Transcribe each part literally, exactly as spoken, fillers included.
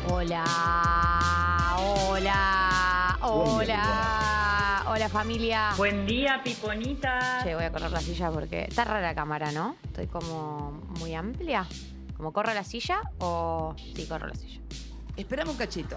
Hola, hola, hola, hola familia. Buen día, Piponita. Che, voy a correr la silla porque está rara la cámara, ¿no? Estoy como muy amplia. ¿Como corro la silla o...? Sí, corro la silla. Esperamos un cachito.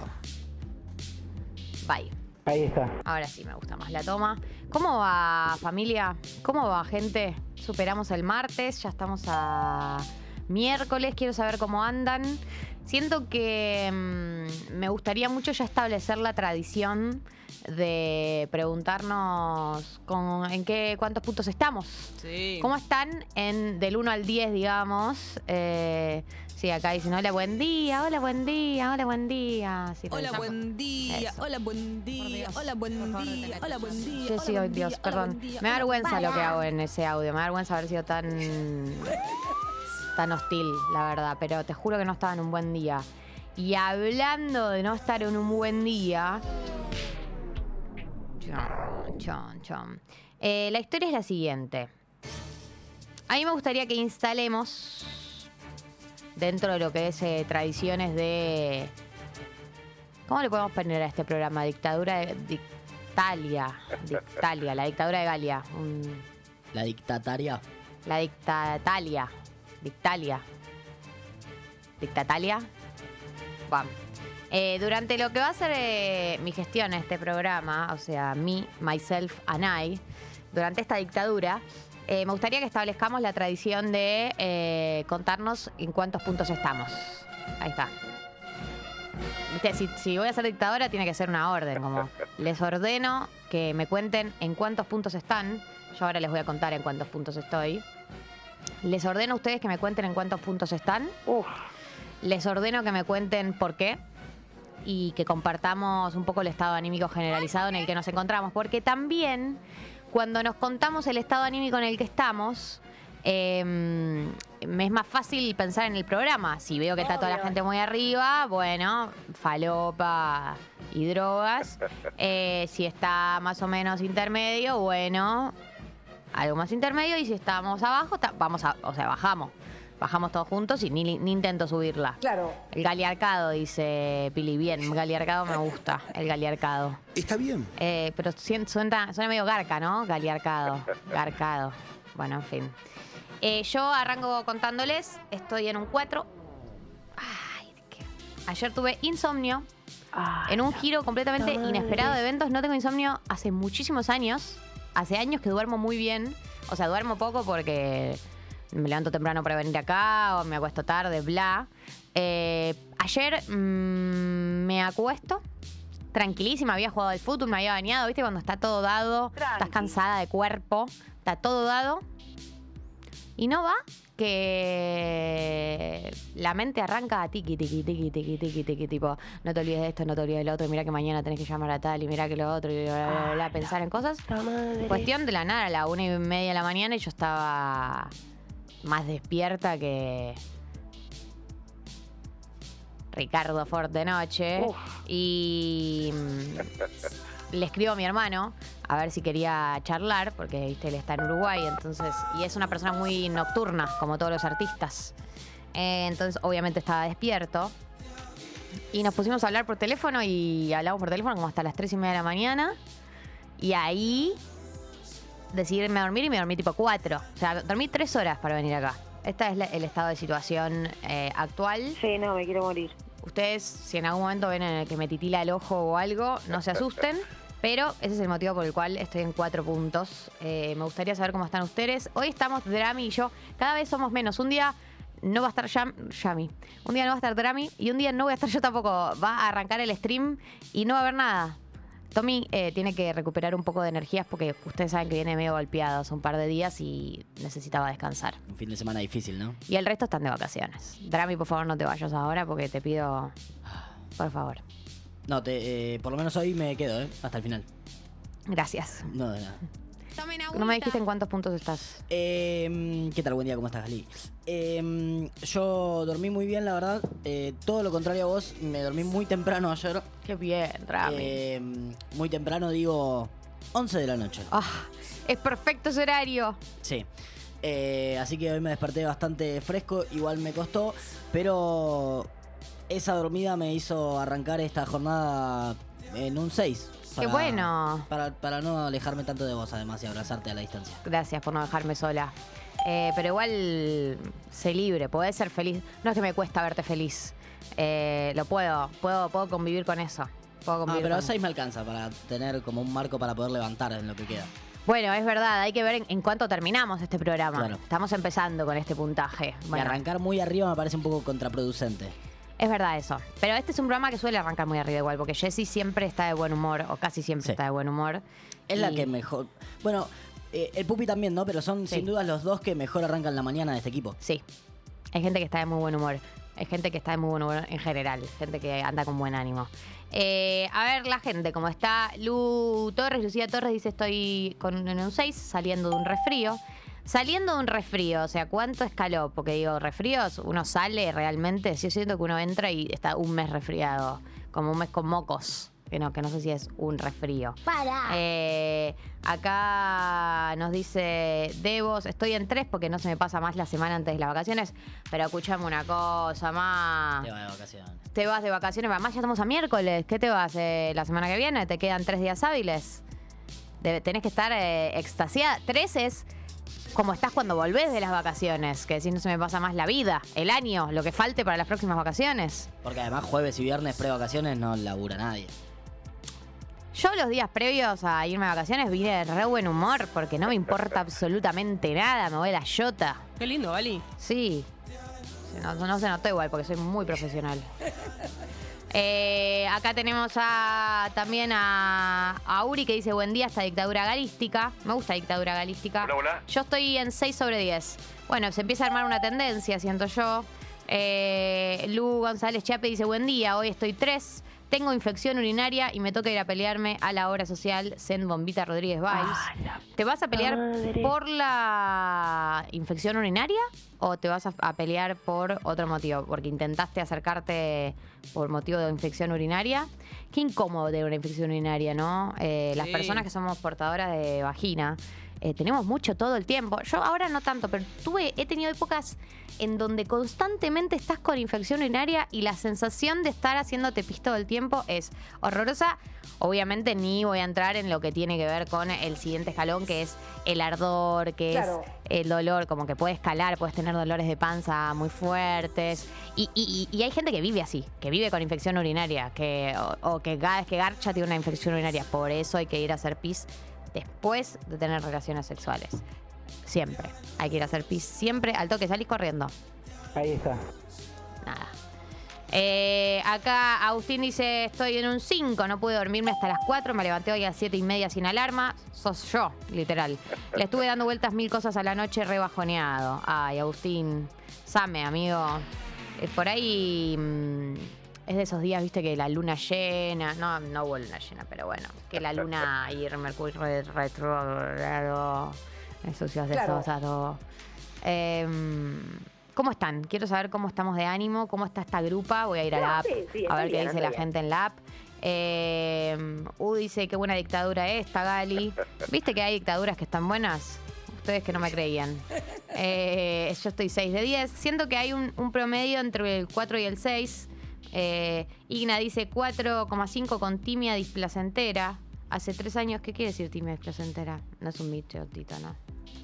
Bye. Ahí está. Ahora sí me gusta más la toma. ¿Cómo va, familia? ¿Cómo va, gente? Superamos el martes, ya estamos a miércoles. Quiero saber cómo andan. Siento que mmm, me gustaría mucho ya establecer la tradición de preguntarnos con, en qué cuántos puntos estamos. Sí. ¿Cómo están en del uno al diez, digamos? Eh, sí, acá dicen hola, buen día, hola, buen día, hola, buen día. Sí, Hola, revisamos. buen día, Eso. hola, buen día, hola, buen día, hola, buen día. Yo sí, hola, oh, buen Dios, día, hola, perdón. buen día, Me da hola, vergüenza buen lo que día. hago en ese audio. Me da vergüenza haber sido tan... tan hostil, la verdad. Pero te juro que no estaba en un buen día. Y hablando de no estar en un buen día... Chon, chon, chon. Eh, la historia es la siguiente. A mí me gustaría que instalemos, dentro de lo que es eh, tradiciones de... ¿Cómo le podemos poner a este programa? Dictadura de... Dictalia. Dictalia, la dictadura de Galia. Un- La dictataria. la dictatalia. Dictalia. Dictatalia. Bueno. Eh, durante lo que va a ser eh, mi gestión en este programa, o sea, me, myself and I, durante esta dictadura, eh, me gustaría que establezcamos la tradición de eh, contarnos en cuántos puntos estamos. Ahí está. Viste, si, si voy a ser dictadora, tiene que ser una orden, como les ordeno que me cuenten en cuántos puntos están. Yo ahora les voy a contar en cuántos puntos estoy. Les ordeno a ustedes que me cuenten en cuántos puntos están. Uf. Les ordeno que me cuenten por qué y que compartamos un poco el estado anímico generalizado en el que nos encontramos. Porque también, cuando nos contamos el estado anímico en el que estamos, eh, me es más fácil pensar en el programa. Si veo que está toda la gente muy arriba, bueno, falopa y drogas. Eh, si está más o menos intermedio, bueno, algo más intermedio. Y si estamos abajo, ta- vamos a, o sea, bajamos. Bajamos todos juntos y ni, ni intento subirla. Claro. El galiarcado, dice Pili. Bien, galiarcado me gusta, el galiarcado. Está bien. Eh, pero sien- suena, suena medio garca, ¿no? Galiarcado, garcado. Bueno, en fin. Eh, yo arranco contándoles, estoy en un cuatro. Ay, qué... Ayer tuve insomnio. En un giro completamente inesperado de eventos. No tengo insomnio hace muchísimos años. Hace años que duermo muy bien. O sea, duermo poco porque... me levanto temprano para venir acá o me acuesto tarde, bla. Eh, ayer mmm, me acuesto tranquilísima, había jugado al fútbol, me había bañado, ¿viste? Cuando está todo dado, estás cansada de cuerpo, está todo dado. Y no va que la mente arranca a tiqui, tiqui, tiqui, tiqui, tiqui, tiqui, tipo, no te olvides de esto, no te olvides de lo otro, y mira que mañana tenés que llamar a tal, y mira que lo otro, y bla, bla, bla, bla, pensar en cosas. Cuestión de la nada, a la una y media de la mañana, y yo estaba... más despierta que Ricardo Ford de noche. Uf. Y mm, le escribo a mi hermano a ver si quería charlar, porque viste, él está en Uruguay, entonces, y es una persona muy nocturna, como todos los artistas. Eh, entonces, obviamente estaba despierto. Y nos pusimos a hablar por teléfono y hablamos por teléfono como hasta las tres y media de la mañana. Y ahí decidí irme a dormir y me dormí tipo cuatro. O sea, dormí tres horas para venir acá. Este es la- el estado de situación eh, actual. Sí, no, me quiero morir. Ustedes, si en algún momento ven en el que me titila el ojo o algo, no se asusten. Pero ese es el motivo por el cual estoy en cuatro puntos. Eh, me gustaría saber cómo están ustedes. Hoy estamos Drami y yo. Cada vez somos menos. Un día no va a estar Yam, Yami. Un día no va a estar Drami y un día no voy a estar yo tampoco. Va a arrancar el stream y no va a haber nada. Tommy eh, tiene que recuperar un poco de energías porque ustedes saben que viene medio golpeado hace un par de días y necesitaba descansar. Un fin de semana difícil, ¿no? Y el resto están de vacaciones. Drami, por favor, no te vayas ahora porque te pido... Por favor. No, te, eh, por lo menos hoy me quedo, ¿eh? Hasta el final. Gracias. No, de nada. No me dijiste en cuántos puntos estás. Eh, ¿Qué tal? Buen día, ¿cómo estás, Gali? Eh, yo dormí muy bien, la verdad. Eh, todo lo contrario a vos, me dormí muy temprano ayer. Qué bien, Drami. Eh, muy temprano, digo, once de la noche. Ah, es perfecto ese horario. Sí. Eh, así que hoy me desperté bastante fresco, igual me costó, pero esa dormida me hizo arrancar esta jornada en un seis. ¡Qué bueno! Para, para no alejarme tanto de vos, además, y abrazarte a la distancia. Gracias por no dejarme sola. Eh, pero igual, sé libre, podés ser feliz. No es que me cuesta verte feliz. Eh, lo puedo, puedo, puedo convivir con eso. Puedo Ah, convivir pero con... seis me alcanza para tener como un marco para poder levantar en lo que queda. Bueno, es verdad, hay que ver en, en cuánto terminamos este programa. Claro. Estamos empezando con este puntaje. Y Bueno, arrancar muy arriba me parece un poco contraproducente. es verdad eso. Pero este es un programa que suele arrancar muy arriba igual, porque Jessie siempre está de buen humor, o casi siempre Sí. está de buen humor. Es la Y- que mejor... Bueno, eh, el Pupi también, ¿no? Pero son Sí. sin duda los dos que mejor arrancan la mañana de este equipo. Sí, hay gente que está de muy buen humor. Hay gente que está de muy buen humor en general. Gente que anda con buen ánimo. Eh, a ver la gente, como está Lu Torres, Lucía Torres dice estoy con, en un seis, saliendo de un resfrío. Saliendo de un resfrío, o sea, ¿cuánto escaló? Porque digo, resfríos, uno sale realmente, sí, yo siento que uno entra y está un mes resfriado, como un mes con mocos. Que no, que no sé si es un resfrío. Para. Eh, acá nos dice Devos, estoy en tres porque no se me pasa más la semana antes de las vacaciones. Pero escuchame una cosa más. Te va de vacaciones. Te vas de vacaciones, además ya estamos a miércoles. ¿Qué te vas eh, la semana que viene? ¿Te quedan tres días hábiles? Debe- tenés que estar eh, extasiada. Tres es como estás cuando volvés de las vacaciones. Que si no se me pasa más la vida, el año, lo que falte para las próximas vacaciones. Porque además jueves y viernes pre-vacaciones no labura nadie. Yo los días previos a irme de vacaciones vine de re buen humor porque no me importa absolutamente nada, me voy a la yota. Qué lindo, Gali. Sí. No, no se notó igual porque soy muy profesional. Eh, acá tenemos a, también a, a Uri que dice buen día, esta dictadura galística. Me gusta dictadura galística. Hola, hola. Yo estoy en seis sobre diez. Bueno, se empieza a armar una tendencia, siento yo. Eh, Lu González Chape dice buen día, hoy estoy tres. Tengo infección urinaria y me toca ir a pelearme a la obra social Zen Bombita Rodríguez Valls. ¿Te vas a pelear madre. por la infección urinaria o te vas a, a pelear por otro motivo? Porque intentaste acercarte por motivo de infección urinaria. Qué incómodo de una infección urinaria, ¿no? Eh, Las Sí. personas que somos portadoras de vagina eh, tenemos mucho todo el tiempo. Yo ahora no tanto, pero tuve, he tenido épocas en donde constantemente estás con infección urinaria y la sensación de estar haciéndote pis todo el tiempo es horrorosa. Obviamente ni voy a entrar en lo que tiene que ver con el siguiente escalón, que es el ardor, que Claro. es el dolor, como que puede escalar, puedes tener dolores de panza muy fuertes. Y, y- y- y hay gente que vive así, que vive con infección urinaria, que, o, o que cada vez que garcha tiene una infección urinaria. Por eso hay que ir a hacer pis después de tener relaciones sexuales. Siempre. Hay que ir a hacer pis siempre. Al toque salís corriendo. Ahí está. Nada. Eh, acá Agustín dice, estoy en un cinco, no pude dormirme hasta las cuatro, me levanté hoy a las siete y media sin alarma. Sos yo, literal. Le estuve dando vueltas mil cosas a la noche rebajoneado. Ay, Agustín, same, amigo. Eh, por ahí mm, es de esos días, viste, que la luna llena, no, no hubo luna llena, pero bueno, que la luna y el Mercurio re- retrogrado, sucios Claro. desosado. Eh, ¿Cómo están? Quiero saber cómo estamos de ánimo, cómo está esta grupa. Voy a ir a No, la app sí, sí, a estoy ver qué bien, dice estoy la bien. gente en la app. Eh, U dice, qué buena dictadura esta, Gali. ¿Viste que hay dictaduras que están buenas? Ustedes que no me creían. Eh, yo estoy seis de diez. Siento que hay un, un promedio entre el cuatro y el seis. Eh, Igna dice cuatro coma cinco con timia displacentera. Hace tres años, ¿qué quiere decir timia displacentera? No es un bicho, Tito, ¿no?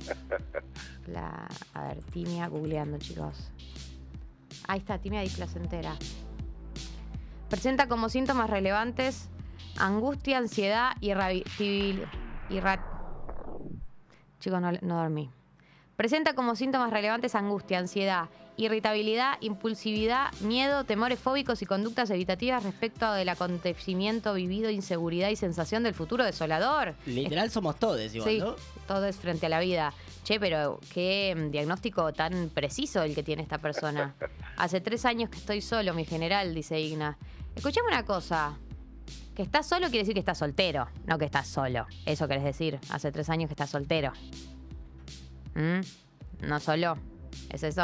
La, a ver, timia, googleando, chicos. Ahí está, timia displacentera. Presenta como síntomas relevantes angustia, ansiedad, irritabilidad. Irra... Chicos, no, no dormí. Presenta como síntomas relevantes angustia, ansiedad, irritabilidad, impulsividad, miedo, temores fóbicos y conductas evitativas respecto del acontecimiento vivido, inseguridad y sensación del futuro desolador. Literal somos todos igual, Sí, ¿no? todo es frente a la vida. Che, pero qué mm, diagnóstico tan preciso el que tiene esta persona. Hace tres años que estoy solo, mi general, dice Igna. Escuchame una cosa. Que estás solo quiere decir que estás soltero, no que estás solo. Eso querés decir. Hace tres años que estás soltero. ¿Mm? No solo. Es eso.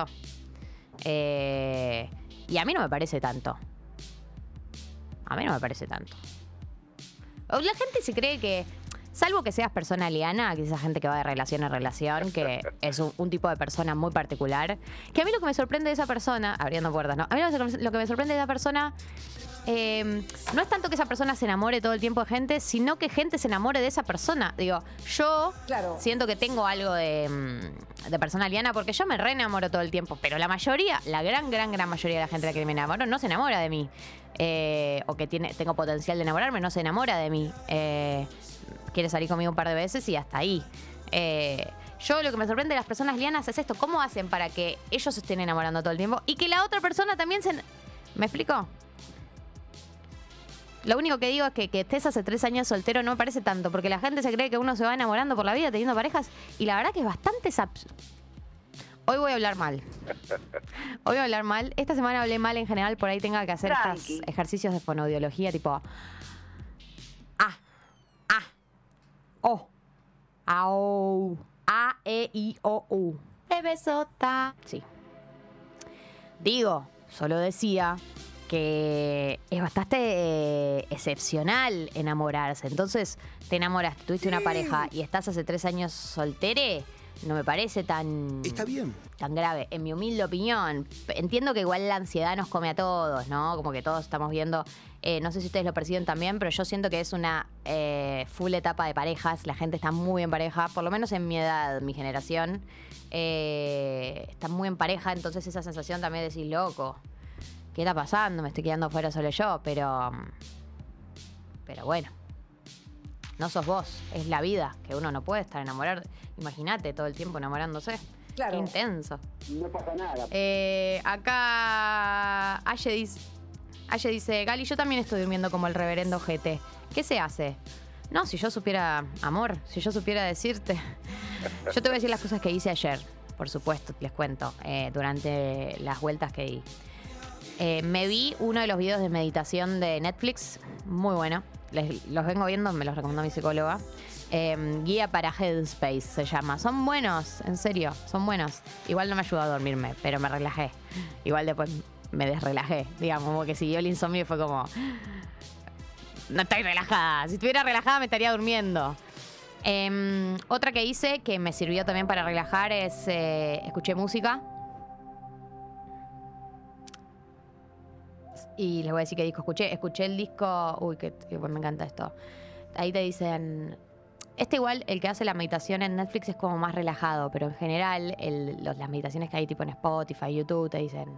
Eh, y a mí no me parece tanto. A mí no me parece tanto. O la gente se cree que... Salvo que seas persona liana, que es esa gente que va de relación en relación, que es un, un tipo de persona muy particular. Que a mí lo que me sorprende de esa persona, abriendo puertas, ¿no? A mí lo que, lo que me sorprende de esa persona eh, no es tanto que esa persona se enamore todo el tiempo de gente, sino que gente se enamore de esa persona. Digo, yo Claro. siento que tengo algo de, de persona liana porque yo me re enamoro todo el tiempo, pero la mayoría, la gran, gran, gran mayoría de la gente de la que me enamoro no se enamora de mí. Eh, o que tiene, tengo potencial de enamorarme, no se enamora de mí. Eh, quiere salir conmigo un par de veces y hasta ahí. Eh, yo lo que me sorprende de las personas lianas es esto. ¿Cómo hacen para que ellos se estén enamorando todo el tiempo y que la otra persona también se... ¿Me explico? Lo único que digo es que, que estés hace tres años soltero no me parece tanto, porque la gente se cree que uno se va enamorando por la vida teniendo parejas y la verdad que es bastante... Saps- Hoy voy a hablar mal. Hoy voy a hablar mal. Esta semana hablé mal en general, por ahí tenga que hacer Tranqui. estos ejercicios de fonoaudiología tipo A, A, O, A-O, A, E, I, O, U. Bebesota. Sí. Digo, solo decía que es bastante eh, excepcional enamorarse. Entonces, te enamoraste, tuviste una pareja y estás hace tres años soltere, no me parece tan... Está bien. tan grave, en mi humilde opinión. Entiendo que igual la ansiedad nos come a todos, ¿no? Como que todos estamos viendo, eh, no sé si ustedes lo perciben también, pero yo siento que es una eh, full etapa de parejas. La gente está muy en pareja, por lo menos en mi edad, mi generación. Eh, está muy en pareja, entonces esa sensación también de decir, loco, ¿qué está pasando? Me estoy quedando fuera solo yo, pero... Pero bueno. No sos vos, es la vida, que uno no puede estar enamorado. Imagínate todo el tiempo enamorándose. Claro. Qué intenso. No pasa nada. Eh, acá Aye dice, Aye dice, Gali, yo también estoy durmiendo como el reverendo G T. ¿Qué se hace? No, si yo supiera, amor, si yo supiera decirte. Yo te voy a decir las cosas que hice ayer, por supuesto, les cuento, eh, durante las vueltas que di. Eh, me vi uno de los videos de meditación de Netflix, muy bueno. Les, los vengo viendo, me los recomendó mi psicóloga. Eh, Guía para Headspace se llama. Son buenos, en serio, son buenos. Igual no me ayudó a dormirme, pero me relajé. Igual después me desrelajé, digamos, como que siguió el insomnio y fue como... No estoy relajada. Si estuviera relajada me estaría durmiendo. Eh, otra que hice que me sirvió también para relajar es... Eh, escuché música. Y les voy a decir qué disco escuché. Escuché el disco... Uy, que, que me encanta esto. Ahí te dicen... Este igual, el que hace la meditación en Netflix es como más relajado, pero en general el, los, las meditaciones que hay tipo en Spotify, YouTube, te dicen...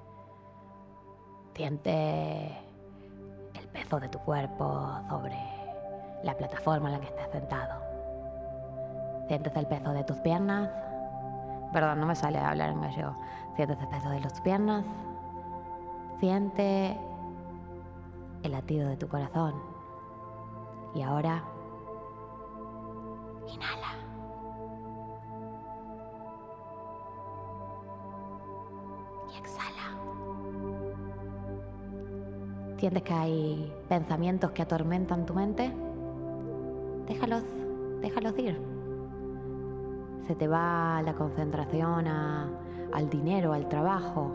Siente el peso de tu cuerpo sobre la plataforma en la que estás sentado. Sientes el peso de tus piernas. Perdón, no me sale hablar en gallego. Sientes el peso de tus piernas. Siente el latido de tu corazón. Y ahora, inhala. Y exhala. ¿Sientes que hay pensamientos que atormentan tu mente? Déjalos, déjalos ir. Se te va la concentración a, al dinero, al trabajo.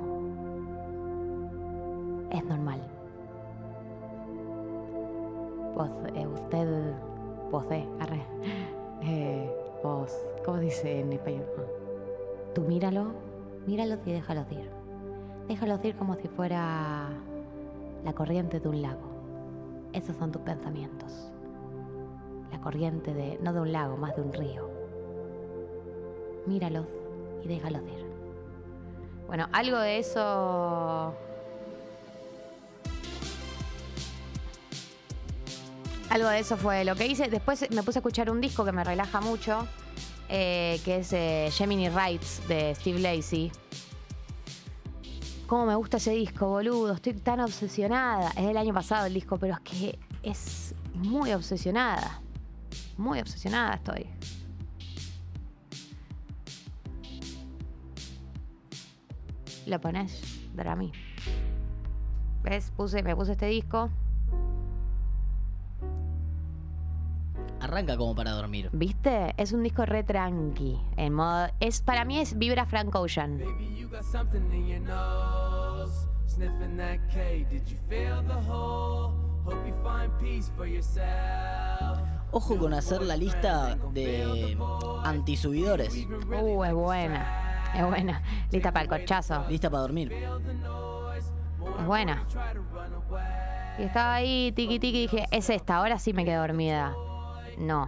Es normal. Vos, eh, usted, posee, arre. Eh, vos, ¿cómo dice en español? Tú míralo, míralos y déjalos ir. Déjalos ir como si fuera la corriente de un lago. Esos son tus pensamientos. La corriente de, no de un lago, más de un río. Míralos y déjalos ir. Bueno, algo de eso... Algo de eso fue lo que hice. Después me puse a escuchar un disco que me relaja mucho, eh, que es eh, Gemini Rights de Steve Lacy. Cómo me gusta ese disco, boludo. Estoy tan obsesionada. Es del año pasado el disco, pero es que es muy obsesionada. Muy obsesionada estoy. Lo pones para mí. ¿Ves? Puse, me puse este disco. Arranca como para dormir. ¿Viste? Es un disco re tranqui. En modo, es, para mí es vibra Frank Ocean. Baby, you got something in your nose. Sniffing that K, did you feel the hole? Hope you find peace for yourself. Ojo con hacer la lista de antisubidores. Uh, es buena. Es buena. Lista para el corchazo. Lista para dormir. Es buena. Y estaba ahí, tiqui tiqui, y dije, es esta, ahora sí me quedé dormida. No.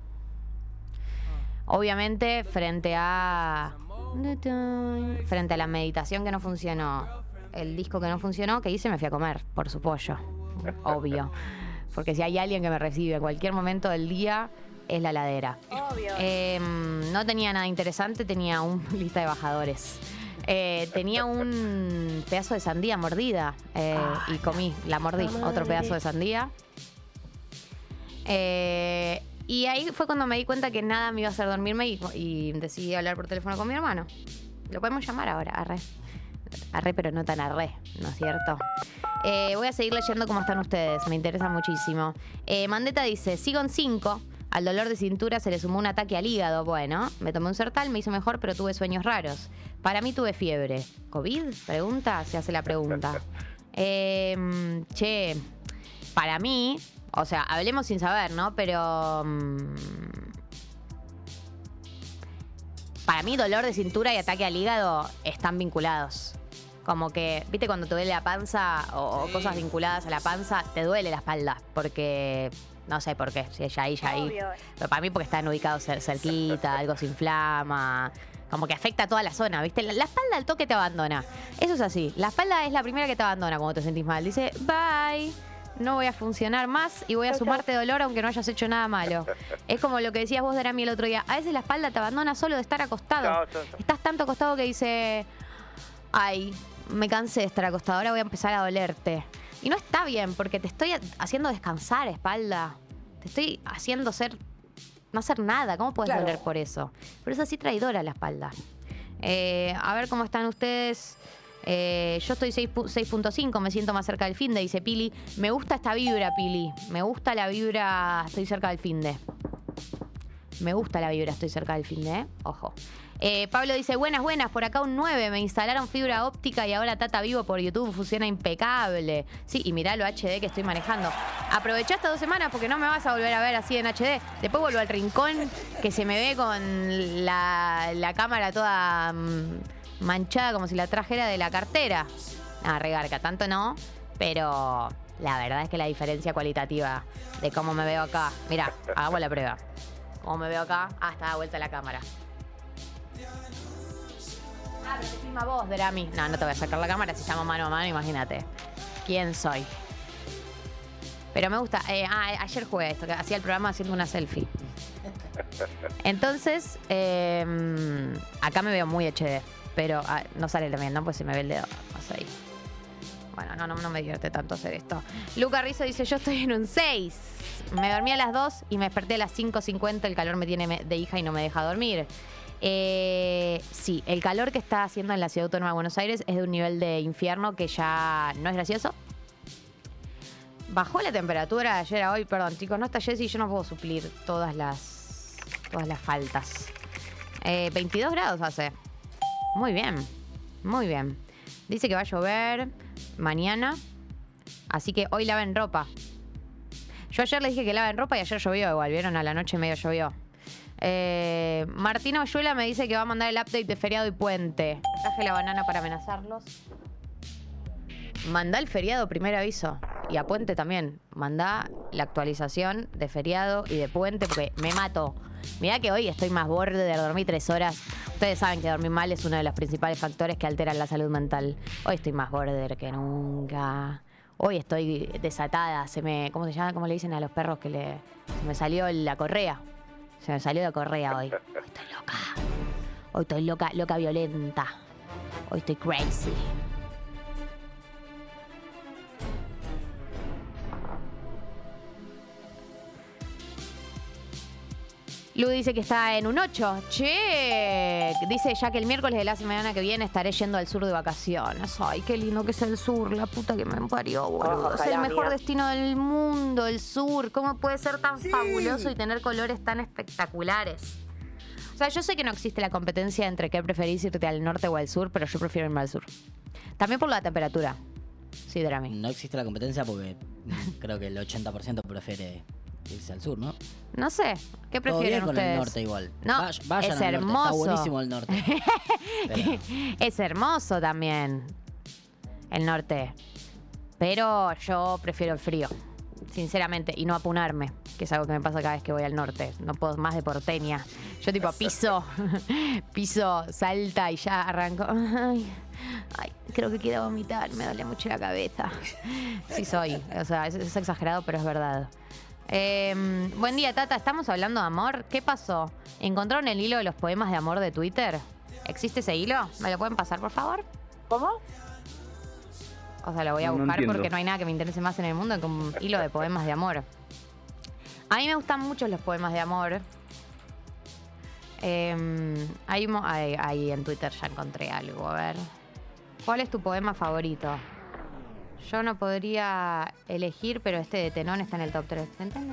Obviamente, frente a. Frente a la meditación que no funcionó, el disco que no funcionó, ¿qué hice? Me fui a comer por su pollo. Obvio. Porque si hay alguien que me recibe en cualquier momento del día, es la heladera. Obvio. Eh, no tenía nada interesante, tenía un lista de bajadores. Eh, tenía un pedazo de sandía mordida eh, y comí, la mordí, otro pedazo de sandía. Eh, y ahí fue cuando me di cuenta que nada me iba a hacer dormirme y, y decidí hablar por teléfono con mi hermano. Lo podemos llamar ahora, arre. Arre, pero no tan arre, ¿no es cierto? Eh, voy a seguir leyendo cómo están ustedes, me interesa muchísimo. Eh, Mandeta dice, sigo en cinco. Al dolor de cintura se le sumó un ataque al hígado. Bueno, me tomé un Sertal, me hizo mejor, pero tuve sueños raros. Para mí tuve fiebre. ¿COVID? Pregunta, se hace la pregunta. Eh, che, para mí, o sea, hablemos sin saber, ¿no? Pero... Um, para mí dolor de cintura y ataque al hígado están vinculados. Como que, ¿viste cuando te duele la panza o, o cosas vinculadas a la panza? Te duele la espalda, porque... No sé por qué, si es ya ahí, ya ahí. Obvio. Pero para mí porque están ubicados cer- cerquita, algo se inflama. Como que afecta a toda la zona, ¿viste? La, la espalda al toque te abandona. Eso es así. La espalda es la primera que te abandona cuando te sentís mal. Dice, bye, no voy a funcionar más y voy a sumarte dolor aunque no hayas hecho nada malo. Es como lo que decías vos, Darami, el otro día. A veces la espalda te abandona solo de estar acostado. Chao, chao, chao. Estás tanto acostado que dice, ay, me cansé de estar acostado, ahora voy a empezar a dolerte. Y no está bien, porque te estoy haciendo descansar, espalda. Te estoy haciendo ser, no hacer nada. ¿Cómo puedes Claro. doler por eso? Pero es así traidora la espalda. Eh, a ver cómo están ustedes. Eh, yo estoy seis punto cinco, me siento más cerca del finde, dice Pili. Me gusta esta vibra, Pili. Me gusta la vibra, estoy cerca del finde. Me gusta la vibra, estoy cerca del finde, ¿eh? Ojo. Eh, Pablo dice, buenas, buenas, por acá un nueve, me instalaron fibra óptica y ahora Tata Vivo por YouTube, funciona impecable. Sí, y mirá lo H D que estoy manejando. Aproveché estas dos semanas porque no me vas a volver a ver así en H D. Después vuelvo al rincón, que se me ve con la, la cámara toda mm, manchada como si la trajera de la cartera. Ah, regarca, tanto no, pero la verdad es que la diferencia cualitativa de cómo me veo acá. Mirá, hago la prueba. Cómo me veo acá, ah, está da vuelta la cámara. Ah, pero te filma vos, Drami. No, no te voy a sacar la cámara si estamos mano a mano, imagínate. ¿Quién soy? Pero me gusta. Eh, ah, ayer jugué esto, que hacía el programa haciendo una selfie. Entonces, eh, acá me veo muy H D. Pero ah, no sale también, ¿no? Pues se me ve el dedo. No sé. Bueno, no, no, no me divierte tanto hacer esto. Luca Rizzo dice, yo estoy en un seis. Me dormí a las dos y me desperté a las cinco cincuenta. El calor me tiene de hija y no me deja dormir. Eh, sí, el calor que está haciendo en la Ciudad Autónoma de Buenos Aires es de un nivel de infierno que ya no es gracioso. Bajó la temperatura de ayer a hoy. Perdón, chicos, no está Jessy, yo no puedo suplir todas las todas las faltas. Eh, veintidós grados hace. Muy bien, muy bien. Dice que va a llover mañana, así que hoy laven ropa. Yo ayer les dije que laven ropa y ayer llovió igual, ¿vieron? A la noche medio llovió. Eh, Martina Oyuela me dice que va a mandar el update de feriado y puente. Traje la banana para amenazarlos. Mandá el feriado, primer aviso. Y a puente también. Mandá la actualización de feriado y de puente porque me mato. Mirá que hoy estoy más borde de dormir tres horas. Ustedes saben que dormir mal es uno de los principales factores que alteran la salud mental. Hoy estoy más borde que nunca. Hoy estoy desatada. Se me, ¿cómo se llama? ¿Cómo le dicen a los perros que le, se me salió la correa? Se me salió la correa hoy. Hoy estoy loca. Hoy estoy loca, loca violenta. Hoy estoy crazy. Lu dice que está en un ocho. Che, dice ya que el miércoles de la semana que viene estaré yendo al sur de vacaciones. Ay, qué lindo que es el sur, la puta que me parió, boludo. Es el mejor destino del mundo, el sur. ¿Cómo puede ser tan fabuloso y tener colores tan espectaculares? O sea, yo sé que no existe la competencia entre qué preferís irte al norte o al sur, pero yo prefiero irme al sur. También por la temperatura. Sí, Drami. No existe la competencia porque creo que el ochenta por ciento prefiere irse al sur, ¿no? No sé, ¿qué Todo prefieren bien con ustedes? el norte igual. No, Vay- vayan es al norte, hermoso. está buenísimo el norte. Pero- Es hermoso también el norte. Pero yo prefiero el frío, sinceramente, y no apunarme, que es algo que me pasa cada vez que voy al norte. No puedo más de porteña. Yo tipo piso, piso, salta y ya arranco. Ay, ay, creo que quiero vomitar, me duele mucho la cabeza. Sí soy, o sea, es, es exagerado, pero es verdad. Eh, buen día, Tata. ¿Estamos hablando de amor? ¿Qué pasó? ¿Encontraron el hilo de los poemas de amor de Twitter? ¿Existe ese hilo? ¿Me lo pueden pasar, por favor? ¿Cómo? O sea, lo voy a No, no buscar entiendo. porque no hay nada que me interese más en el mundo que un hilo de poemas de amor. A mí me gustan mucho los poemas de amor. Eh, hay mo- ahí, ahí en Twitter ya encontré algo. A ver. ¿Cuál es tu poema favorito? Yo no podría elegir, pero este de Tenón está en el top tres.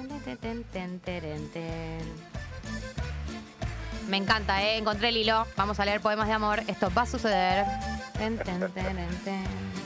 Me encanta, ¿eh? Encontré el hilo. Vamos a leer poemas de amor. Esto va a suceder. Ten, ten, ten, ten, ten.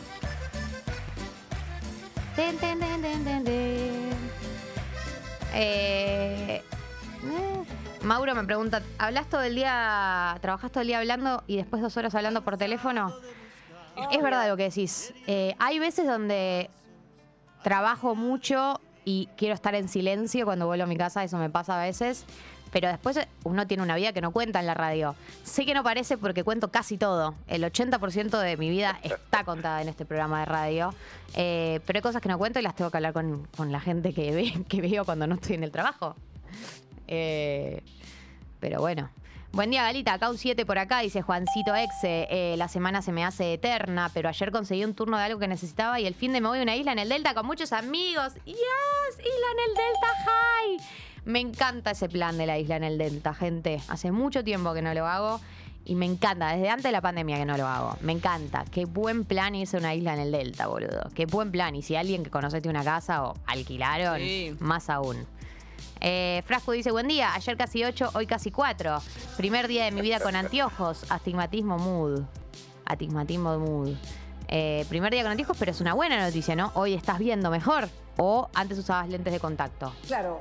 Ten, ten, ten, ten, ten, ten. Eh, eh. Mauro me pregunta, ¿hablas todo el día, trabajás todo el día hablando y después dos horas hablando por teléfono? Es verdad lo que decís. Eh, hay veces donde trabajo mucho y quiero estar en silencio cuando vuelvo a mi casa, eso me pasa a veces. Pero después uno tiene una vida que no cuenta en la radio. Sé que no parece porque cuento casi todo. El ochenta por ciento de mi vida está contada en este programa de radio. Eh, pero hay cosas que no cuento y las tengo que hablar con, con la gente que, ve, que veo cuando no estoy en el trabajo. Eh, pero bueno. Buen día, Galita. Acá un siete por acá, dice Juancito Exe. Eh, la semana se me hace eterna, pero ayer conseguí un turno de algo que necesitaba y el fin de me voy a una isla en el Delta con muchos amigos. ¡Yes! Isla en el Delta High. Me encanta ese plan de la isla en el Delta, gente. Hace mucho tiempo que no lo hago y me encanta. Desde antes de la pandemia que no lo hago. Me encanta. Qué buen plan irse a una isla en el Delta, boludo. Qué buen plan. Y si alguien que conoce tiene una casa o alquilaron, Sí. más aún. Eh, Frasco dice, buen día, ayer casi ocho, hoy casi cuatro. Primer día de mi vida con anteojos, astigmatismo mood. Astigmatismo mood. Eh, primer día con anteojos, pero es una buena noticia, ¿no? Hoy estás viendo mejor. O antes usabas lentes de contacto. Claro.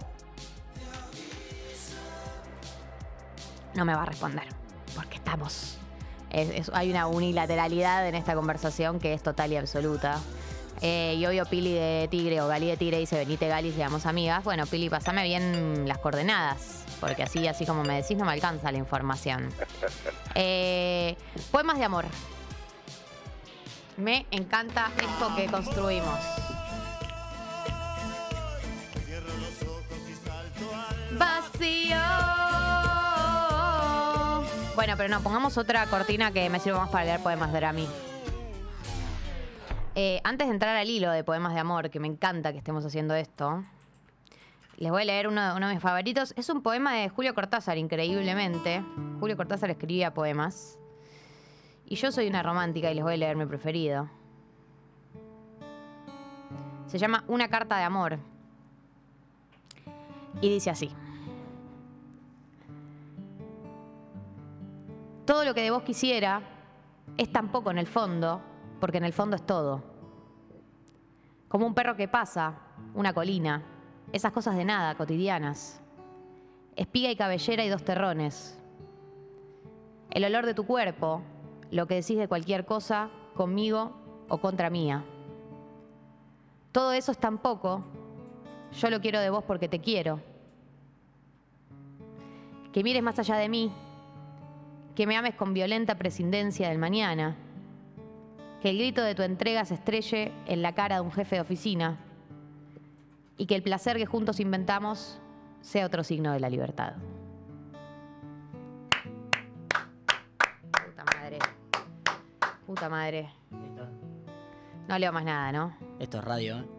No me va a responder, porque estamos... es- es- hay una unilateralidad en esta conversación que es total y absoluta. Eh, y obvio Pili de Tigre o Gali de Tigre dice, venite Gali, seamos amigas. Bueno, Pili, pasame bien las coordenadas, porque así, así como me decís, no me alcanza la información. Eh, poemas de amor. Me encanta esto que construimos. Vacío. Bueno, pero no, pongamos otra cortina que me sirva más para leer poemas de mí. Eh, antes de entrar al hilo de poemas de amor, que me encanta que estemos haciendo esto, les voy a leer uno, uno de mis favoritos. Es un poema de Julio Cortázar, increíblemente. Julio Cortázar escribía poemas. Y yo soy una romántica y les voy a leer mi preferido. Se llama Una carta de amor. Y dice así. Todo lo que de vos quisiera es tan poco en el fondo, porque en el fondo es todo. Como un perro que pasa, una colina, esas cosas de nada, cotidianas. Espiga y cabellera y dos terrones. El olor de tu cuerpo, lo que decís de cualquier cosa, conmigo o contra mía. Todo eso es tan poco, yo lo quiero de vos porque te quiero. Que mires más allá de mí, que me ames con violenta prescindencia del mañana, que el grito de tu entrega se estrelle en la cara de un jefe de oficina y que el placer que juntos inventamos sea otro signo de la libertad. Puta madre. Puta madre. No leo más nada, ¿no? Esto es radio, ¿eh?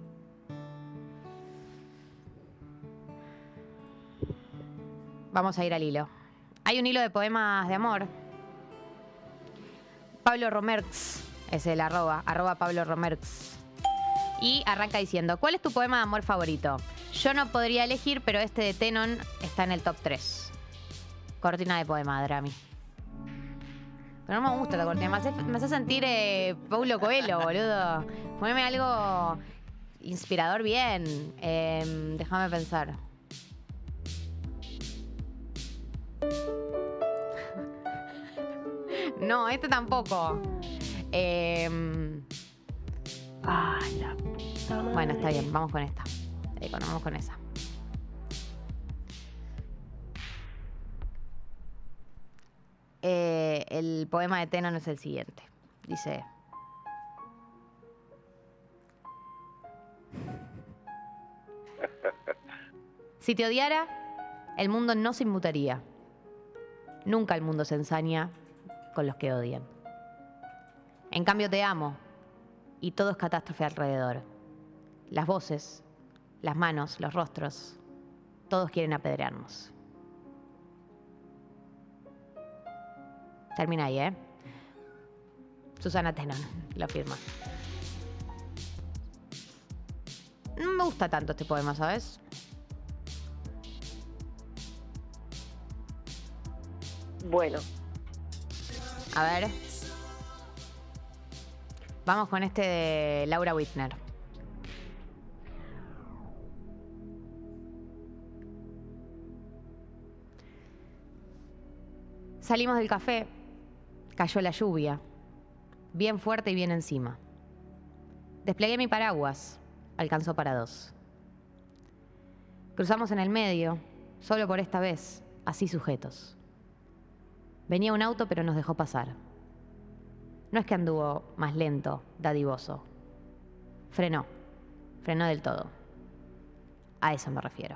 Vamos a ir al hilo. Hay un hilo de poemas de amor. Pablo Romerx es el arroba, arroba Pablo Romerx. Y arranca diciendo, ¿cuál es tu poema de amor favorito? Yo no podría elegir, pero este de Tenon está en el top tres. Cortina de poema, Drami. Pero no me gusta la cortina, me hace, me hace sentir eh, Paulo Coelho, boludo. Poneme algo... inspirador, bien. Eh, déjame pensar. No, este tampoco. Eh, Ay, la puta madre. bueno, está bien, vamos con esta. Eh, con- vamos con esa. Eh, el poema de Tenon es el siguiente. Dice... Si te odiara, el mundo no se inmutaría. Nunca el mundo se ensaña con los que odian. En cambio te amo y todo es catástrofe alrededor. Las voces, las manos, los rostros, todos quieren apedrearnos. Termina ahí, ¿eh? Susana Tenon lo firma. No me gusta tanto este poema, ¿sabes? Bueno, A ver. Vamos con este de Laura Whitner. Salimos del café. Cayó la lluvia. Bien fuerte y bien encima. Desplegué mi paraguas. Alcanzó para dos. Cruzamos en el medio, solo por esta vez, así sujetos. Venía un auto, pero nos dejó pasar. No es que anduvo más lento, dadivoso. Frenó. Frenó del todo. A eso me refiero.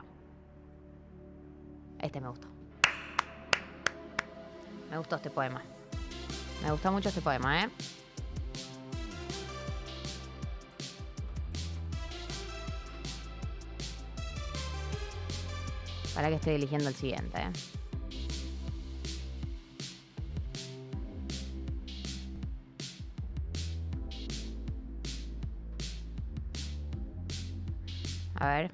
Este me gustó. Me gustó este poema. Me gustó mucho este poema, ¿eh? Para que estoy eligiendo el siguiente, ¿eh? A ver.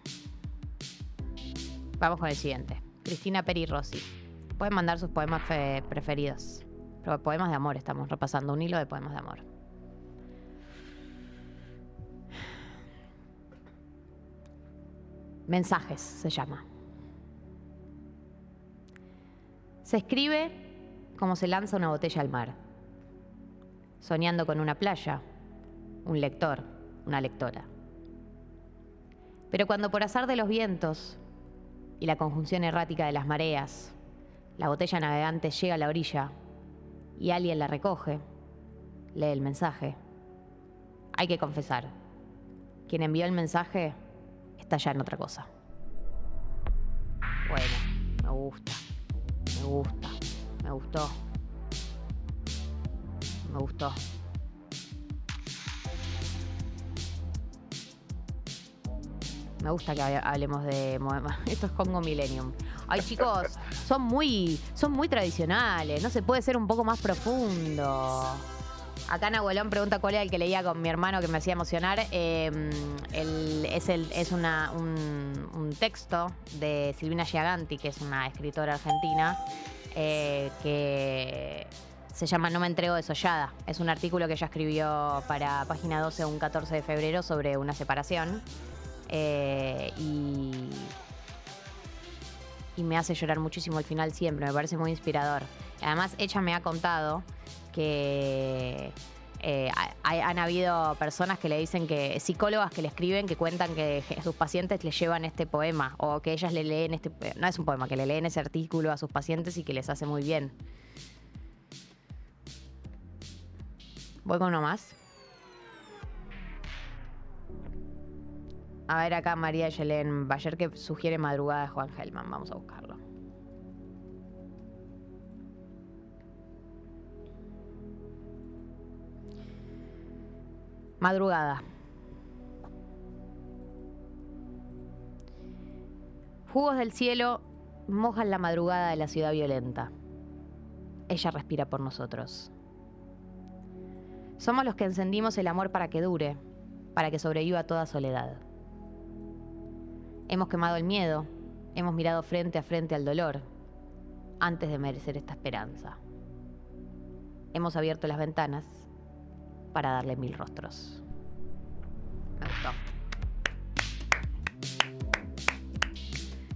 Vamos con el siguiente. Cristina Peri Rossi. Pueden mandar sus poemas fe- preferidos. Pero poemas de amor estamos repasando. Un hilo de poemas de amor. Mensajes se llama. Se escribe como se lanza una botella al mar. Soñando con una playa, un lector, una lectora. Pero cuando por azar de los vientos y la conjunción errática de las mareas, la botella navegante llega a la orilla y alguien la recoge, lee el mensaje. Hay que confesar, quien envió el mensaje está ya en otra cosa. Bueno, me gusta, me gusta, me gustó, me gustó. Me gusta que hable- hablemos de... mo- Esto es Congo Millennium. Ay, chicos, son muy, son muy tradicionales. No se puede ser un poco más profundo. Acá Nahuelón pregunta cuál era el que leía con mi hermano que me hacía emocionar. Eh, el- es el, es una, un, un texto de Silvina Giaganti, que es una escritora argentina, eh, que se llama No me entrego desollada. Es un artículo que ella escribió para Página doce un catorce de febrero sobre una separación. Eh, y, y me hace llorar muchísimo al final siempre, me parece muy inspirador. Además, ella me ha contado que eh, hay- han habido personas que le dicen que, psicólogas que le escriben, que cuentan que sus pacientes le llevan este poema, o que ellas le leen este, no es un poema, que le leen ese artículo a sus pacientes y que les hace muy bien. Voy con uno más. A ver acá María Yelén Bayer que sugiere Madrugada de Juan Gelman. Vamos a buscarlo. Madrugada. Jugos del cielo mojan la madrugada de la ciudad violenta. Ella respira por nosotros. Somos los que encendimos el amor para que dure, para que sobreviva toda soledad. Hemos quemado el miedo, hemos mirado frente a frente al dolor, antes de merecer esta esperanza. Hemos abierto las ventanas para darle mil rostros. Me gustó.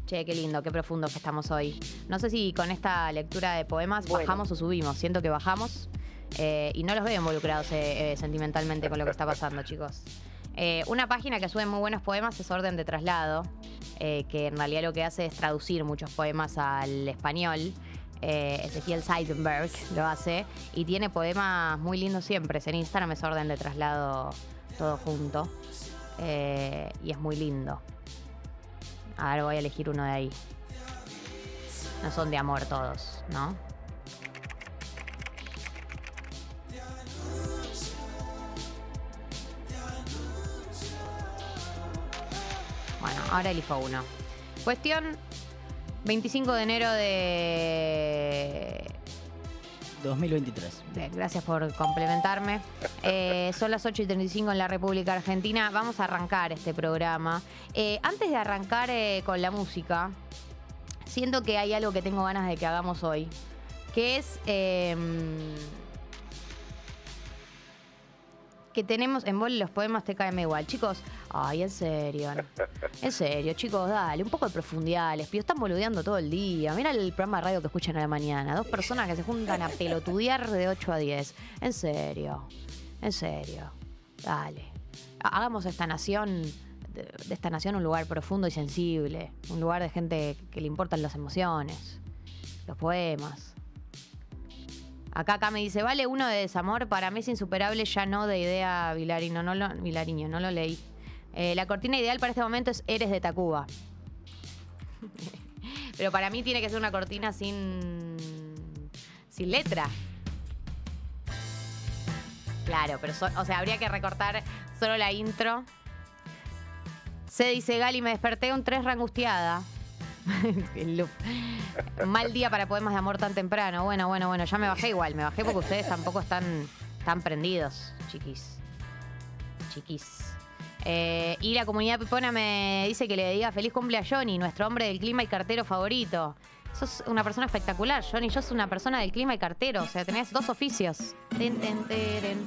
Che, qué lindo, qué profundo que estamos hoy. No sé si con esta lectura de poemas Bueno. bajamos o subimos. Siento que bajamos eh, y no los veo involucrados eh, eh, sentimentalmente con lo que está pasando, chicos. Eh, una página que sube muy buenos poemas es Orden de Traslado, eh, que en realidad lo que hace es traducir muchos poemas al español. Eh, Ezequiel Seidenberg lo hace y tiene poemas muy lindos siempre. En Instagram es Orden de Traslado todo junto. Eh, y es muy lindo. A ver, voy a elegir uno de ahí. No son de amor todos, ¿no? Bueno, ahora elijo uno. Cuestión veinticinco de enero de... dos mil veintitrés. Bien, gracias por complementarme. Eh, son las ocho y treinta y cinco en la República Argentina. Vamos a arrancar este programa. Eh, antes de arrancar eh, con la música, siento que hay algo que tengo ganas de que hagamos hoy, que es eh, que tenemos en Vole los poemas Te caen igual. Chicos, ay, en serio. En serio, chicos, dale, un poco de profundidad. Les pido, están boludeando todo el día. Mira el programa de radio que escuchan a la mañana. Dos personas que se juntan a pelotudear de ocho a diez. En serio, en serio. Dale. Hagamos esta nación, de, de esta nación un lugar profundo y sensible. Un lugar de gente que le importan las emociones, los poemas. Acá, acá me dice, vale uno de desamor, para mí es insuperable, ya no de idea Vilariño, no lo, Vilariño, no lo leí. Eh, la cortina ideal para este momento es Eres de Tacuba. Pero para mí tiene que ser una cortina sin, sin letra. Claro, pero so, o sea, habría que recortar solo la intro. Se dice Gali, me desperté un tres rangustiada. El loop. Mal día para poemas de amor tan temprano. Bueno, bueno, bueno, ya me bajé igual. Me bajé porque ustedes tampoco están tan prendidos, chiquis. Chiquis. Eh, y la comunidad pipona me dice que le diga feliz cumple a Johnny, nuestro hombre del clima y cartero favorito. Sos una persona espectacular, Johnny. Yo soy una persona del clima y cartero. O sea, tenés dos oficios. Ten, ten, teren.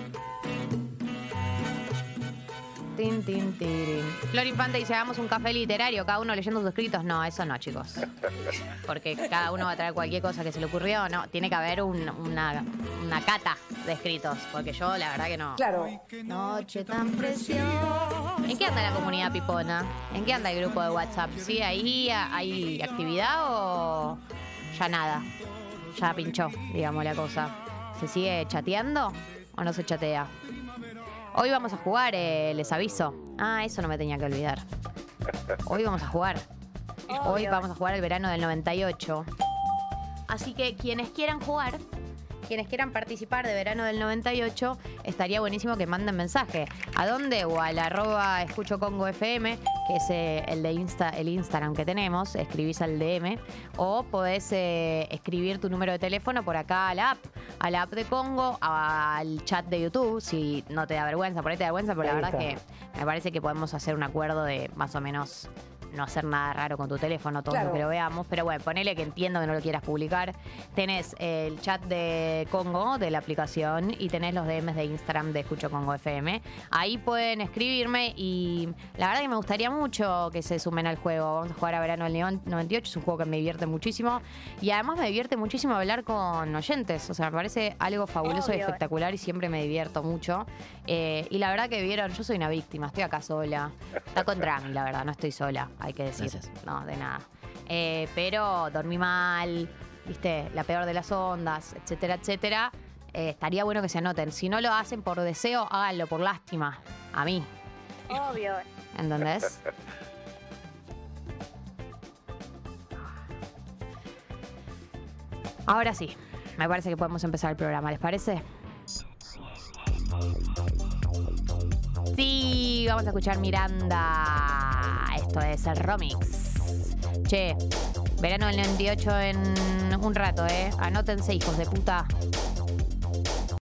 Tin, tin, tirin. Flor Infante dice, hagamos un café literario, cada uno leyendo sus escritos. No, eso no, chicos. Porque cada uno va a traer cualquier cosa que se le ocurrió. No, tiene que haber un, una, una cata de escritos. Porque yo, la verdad que no. Claro. Noche tan preciosa. ¿En qué anda la comunidad pipona? ¿En qué anda el grupo de WhatsApp? ¿Sí? ¿Ahí hay actividad o ya nada? Ya pinchó, digamos, la cosa. ¿Se sigue chateando o no se chatea? Hoy vamos a jugar, eh, les aviso. Ah, eso no me tenía que olvidar. Hoy vamos a jugar. Hoy vamos a jugar el verano del noventa y ocho. Así que quienes quieran jugar, quienes quieran participar de verano del noventa y ocho, estaría buenísimo que manden mensaje. ¿A dónde? O al arroba escucho Congo F M, que es eh, el de Insta, el Instagram que tenemos. Escribís al D M. O podés eh, escribir tu número de teléfono por acá a la app. A la app de Congo, al chat de YouTube, si no te da vergüenza, por ahí te da vergüenza, pero la verdad es que me parece que podemos hacer un acuerdo de más o menos no hacer nada raro con tu teléfono, todo Claro. lo que lo veamos. Pero bueno, ponele que entiendo que no lo quieras publicar. Tenés el chat de Congo, de la aplicación, y tenés los D Ms de Instagram de Escucho Congo F M. Ahí pueden escribirme y la verdad que me gustaría mucho que se sumen al juego. Vamos a jugar a verano del noventa y ocho, es un juego que me divierte muchísimo. Y además me divierte muchísimo hablar con oyentes. O sea, me parece algo fabuloso y Obvio. espectacular y siempre me divierto mucho. Eh, y la verdad que vieron, yo soy una víctima, estoy acá sola. Está contra mí, la verdad, no estoy sola, hay que decir. Gracias. No, de nada. Eh, pero dormí mal, viste, la peor de las ondas, etcétera, etcétera. Eh, estaría bueno que se anoten. Si no lo hacen por deseo, háganlo por lástima. A mí. Obvio. ¿Entendés? Ahora sí, me parece que podemos empezar el programa, ¿les parece? Sí, vamos a escuchar Miranda. Esto es el Romix. Che, verano del noventa y ocho en un rato, ¿eh? Anótense, hijos de puta.